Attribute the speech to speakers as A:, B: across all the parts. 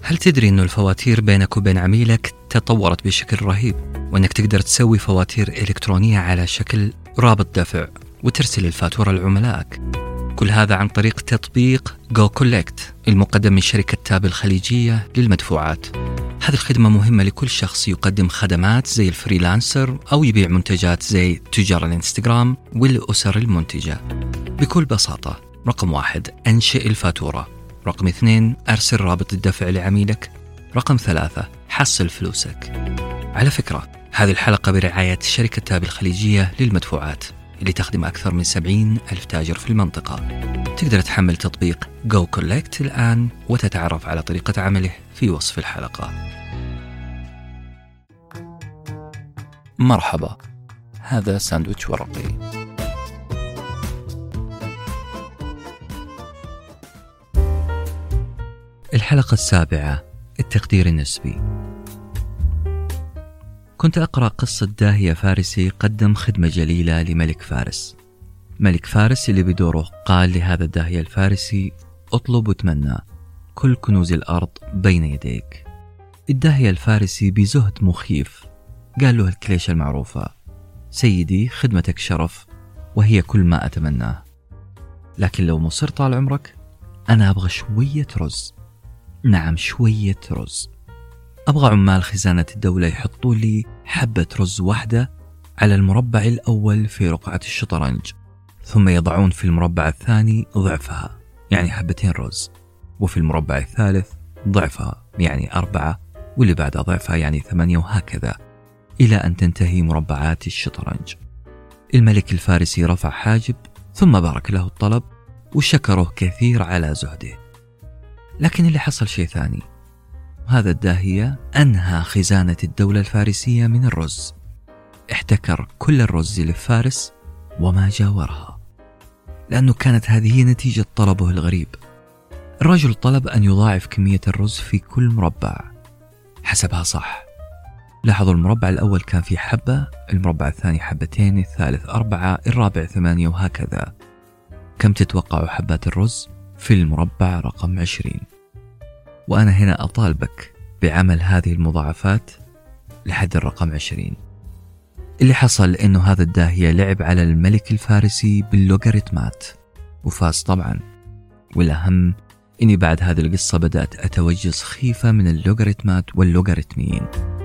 A: هل تدري أنه الفواتير بينك وبين عميلك تطورت بشكل رهيب، وأنك تقدر تسوي فواتير إلكترونية على شكل رابط دفع وترسل الفاتورة لعملائك؟ كل هذا عن طريق تطبيق جو كولكت المقدم من شركة تاب الخليجية للمدفوعات. هذه الخدمة مهمة لكل شخص يقدم خدمات زي الفريلانسر أو يبيع منتجات زي تجار الانستغرام والأسر المنتجة. بكل بساطة، رقم 1 أنشئ الفاتورة، رقم 2 أرسل رابط الدفع لعميلك، رقم 3 حصل فلوسك. على فكرة، هذه الحلقة برعاية شركة تاب الخليجية للمدفوعات اللي تخدم أكثر من 70,000 تاجر في المنطقة. تقدر تحمل تطبيق جو كولكت الآن وتتعرف على طريقة عمله في وصف الحلقة. مرحبا، هذا ساندويتش ورقي. الحلقة 7، التقدير النسبي. كنت أقرأ قصة داهية فارسي قدم خدمة جليلة لملك فارس. ملك فارس اللي بدوره قال لهذا الداهية الفارسي: اطلب وتمنى، كل كنوز الأرض بين يديك. الداهية الفارسي بزهد مخيف قال له الكليشة المعروفة: سيدي، خدمتك شرف وهي كل ما أتمناه، لكن لو مصر طال عمرك أنا أبغى شوية رز. نعم، شوية رز. أبغى عمال خزانة الدولة يحطوا لي حبة رز واحدة على المربع الأول في رقعة الشطرنج، ثم يضعون في المربع الثاني ضعفها، يعني 2 رز، وفي المربع الثالث ضعفها، يعني 4، واللي بعدها ضعفها، يعني 8، وهكذا إلى أن تنتهي مربعات الشطرنج. الملك الفارسي رفع حاجب ثم بارك له الطلب وشكره كثير على زهده. لكن اللي حصل شيء ثاني. هذا الداهية أنهى خزانة الدولة الفارسية من الرز، احتكر كل الرز لفارس وما جاورها، لأنه كانت هذه نتيجة طلبه الغريب. الرجل طلب أن يضاعف كمية الرز في كل مربع. حسبها صح، لاحظوا المربع الأول كان فيه حبة، المربع الثاني 2، الثالث 4، الرابع 8، وهكذا. كم تتوقعوا حبات الرز في المربع رقم 20؟ وأنا هنا أطالبك بعمل هذه المضاعفات لحد الرقم 20. اللي حصل إنه هذا الداهية لعب على الملك الفارسي باللوغاريتمات وفاز طبعا. والأهم إني بعد هذه القصة بدأت أتوجس خيفة من اللوغاريتمات واللوغاريتميين.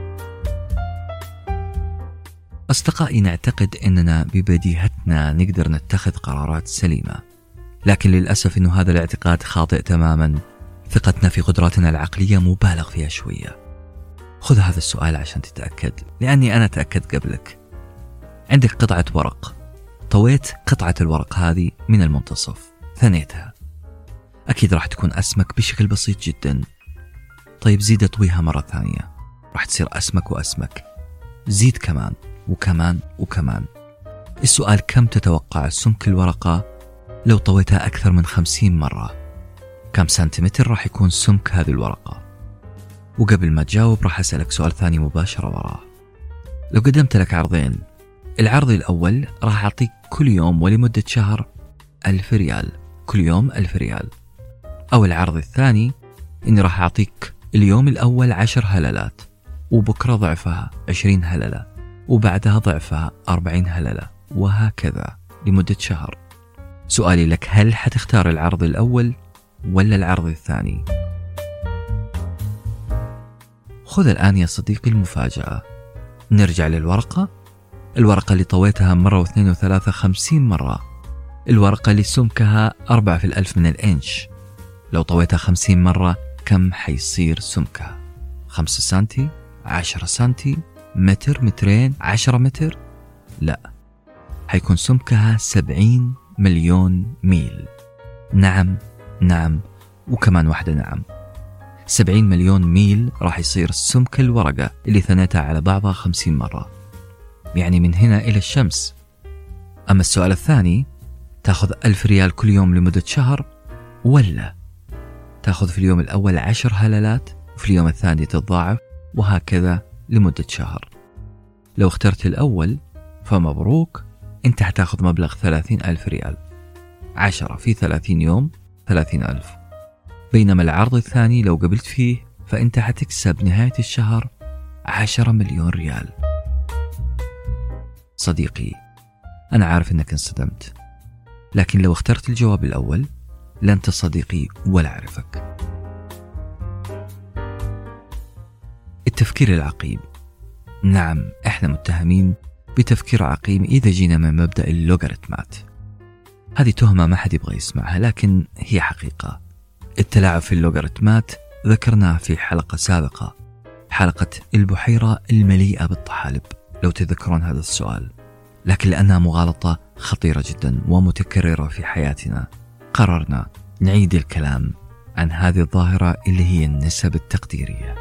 A: أصدقائي، نعتقد أننا ببديهتنا نقدر نتخذ قرارات سليمة، لكن للأسف أنه هذا الاعتقاد خاطئ تماما. ثقتنا في قدراتنا العقلية مبالغ فيها شوية. خذ هذا السؤال عشان تتأكد، لأني أنا تأكد قبلك. عندك قطعة ورق، طويت قطعة الورق هذه من المنتصف، ثنيتها، أكيد راح تكون أسمك بشكل بسيط جدا. طيب زيد اطويها مرة ثانية، راح تصير أسمك وأسمك. زيد كمان وكمان وكمان. السؤال: كم تتوقع سمك الورقة لو طويتها أكثر من 50 مرة؟ كم سنتيمتر راح يكون سمك هذه الورقة؟ وقبل ما تجاوب راح أسألك سؤال ثاني مباشرة وراه. لو قدمت لك عرضين، العرض الأول راح أعطيك كل يوم ولمدة شهر 1000 ريال، كل يوم 1000 ريال. أو العرض الثاني إني راح أعطيك اليوم الأول 10 هللات، وبكرة ضعفها 20 هللة، وبعدها ضعفها 40 هللة، وهكذا لمدة شهر. سؤالي لك: هل حتختار العرض الأول ولا العرض الثاني؟ خذ الآن يا صديقي المفاجأة. نرجع للورقة. الورقة اللي طويتها مرة واثنين وثلاثة 50 مرة، الورقة اللي سمكها 4 في 1000 من الإنش، لو طويتها 50 مرة كم حيصير سمكها؟ 5 سنتي، 10 سنتي، متر، مترين، 10 متر؟ لا، حيكون سمكها 70 مليون ميل. نعم وكمان واحدة نعم. 70 مليون ميل راح يصير سمك الورقة اللي ثنيتها على بعضها 50 مرة، يعني من هنا إلى الشمس. أما السؤال الثاني: تأخذ 1000 ريال كل يوم لمدة شهر، ولا تأخذ في اليوم الأول 10 هللات وفي اليوم الثاني تتضاعف، وهكذا لمدة شهر؟ لو اخترت الأول فمبروك، أنت هتاخذ مبلغ 30,000 ريال، 10 في 30 يوم 30,000. بينما العرض الثاني لو قبلت فيه فأنت حتكسب نهاية الشهر 10 مليون ريال. صديقي، أنا عارف أنك انصدمت، لكن لو اخترت الجواب الأول لا أنت صديقي ولا أعرفك. التفكير العقيم. نعم، إحنا متهمين بتفكير عقيم إذا جينا من مبدأ اللوغاريتمات. هذه تهمة ما حد يبغى يسمعها، لكن هي حقيقة. التلاعب في اللوغاريتمات ذكرناه في حلقة سابقة، حلقة البحيرة المليئة بالطحالب، لو تذكرون هذا السؤال. لكن لأنها مغالطة خطيرة جدا ومتكررة في حياتنا، قررنا نعيد الكلام عن هذه الظاهرة اللي هي النسب التقديرية.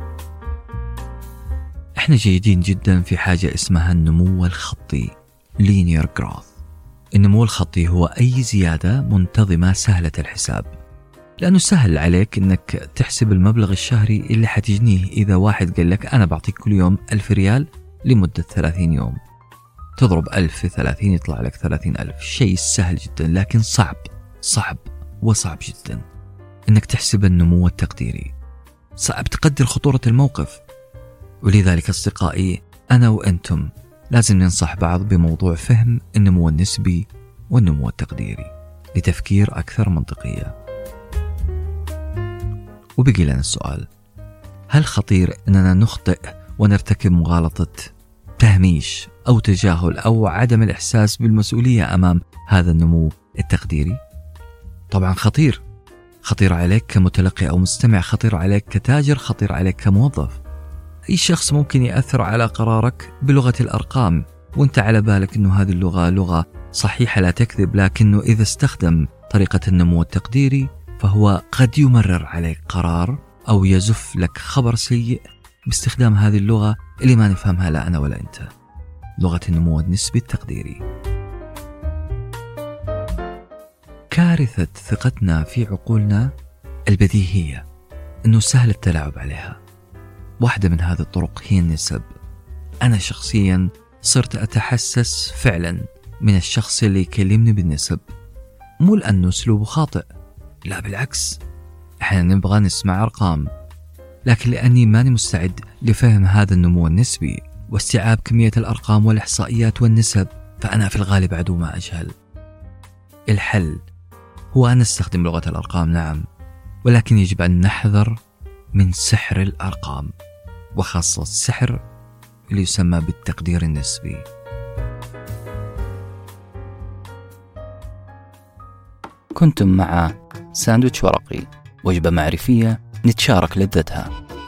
A: احنا جيدين جدا في حاجة اسمها النمو الخطي، linear growth. النمو الخطي هو أي زيادة منتظمة سهلة الحساب، لأنه سهل عليك أنك تحسب المبلغ الشهري اللي حتجنيه إذا واحد قال لك أنا بعطيك كل يوم 1000 ريال لمدة 30 يوم. تضرب 1000 في 30 يطلع لك 30,000. شيء سهل جدا، لكن صعب وصعب جدا أنك تحسب النمو التقديري. صعب تقدر خطورة الموقف. ولذلك أصدقائي، أنا وأنتم لازم ننصح بعض بموضوع فهم النمو النسبي والنمو التقديري لتفكير أكثر منطقية. وبقي لنا السؤال: هل خطير أننا نخطئ ونرتكب مغالطة تهميش أو تجاهل أو عدم الإحساس بالمسؤولية أمام هذا النمو التقديري؟ طبعا خطير عليك كمتلقي أو مستمع، خطير عليك كتاجر، خطير عليك كموظف. أي شخص ممكن يأثر على قرارك بلغة الأرقام، وانت على بالك أنه هذه اللغة لغة صحيحة لا تكذب، لكنه إذا استخدم طريقة النمو التقديري فهو قد يمرر عليك قرار أو يزف لك خبر سيء باستخدام هذه اللغة اللي ما نفهمها لا أنا ولا أنت، لغة النمو النسبي التقديري. كارثة ثقتنا في عقولنا البديهية أنه سهل التلاعب عليها. واحدة من هذه الطرق هي النسب. أنا شخصيا صرت أتحسس فعلا من الشخص اللي يكلمني بالنسب، مو لأنه أسلوبه خاطئ، لا بالعكس، احنا نبغى نسمع أرقام، لكن لأني ماني مستعد لفهم هذا النمو النسبي واستيعاب كمية الأرقام والإحصائيات والنسب، فأنا في الغالب عدو ما أجهل. الحل هو أن نستخدم لغة الأرقام، نعم، ولكن يجب أن نحذر من سحر الأرقام، وخاصة السحر اللي يسمى بالتقدير النسبي.
B: كنتم مع ساندويتش ورقي، وجبة معرفية نتشارك لذتها.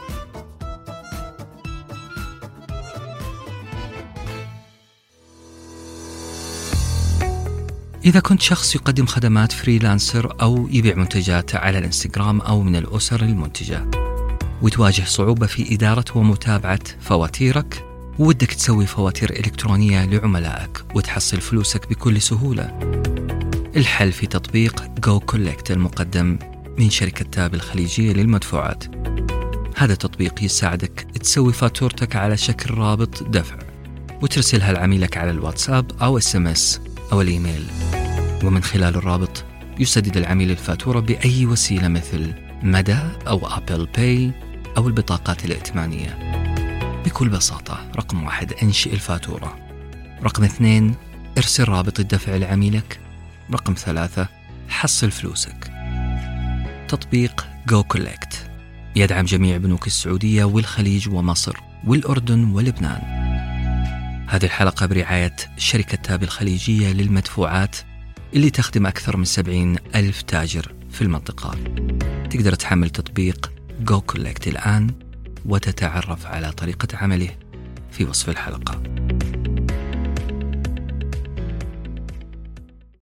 A: إذا كنت شخص يقدم خدمات فريلانسر أو يبيع منتجات على الانستغرام أو من الأسر المنتجة، وتواجه صعوبة في إدارة ومتابعة فواتيرك، وودك تسوي فواتير إلكترونية لعملائك وتحصل فلوسك بكل سهولة، الحل في تطبيق GoCollect المقدم من شركة تاب الخليجية للمدفوعات. هذا التطبيق يساعدك تسوي فاتورتك على شكل رابط دفع وترسلها لعميلك على الواتساب أو SMS أو الإيميل، ومن خلال الرابط يسدد العميل الفاتورة بأي وسيلة مثل مدى أو أبل باي أو البطاقات الائتمانية. بكل بساطة، رقم 1 انشئ الفاتورة، رقم 2 ارسل رابط الدفع لعميلك، رقم 3 حصل فلوسك. تطبيق GoCollect يدعم جميع بنوك السعودية والخليج ومصر والأردن ولبنان. هذه الحلقة برعاية شركة تاب الخليجية للمدفوعات اللي تخدم أكثر من 70,000 تاجر في المنطقة. تقدر تحمل تطبيق GoCollect الآن وتتعرف على طريقة عمله في وصف الحلقة.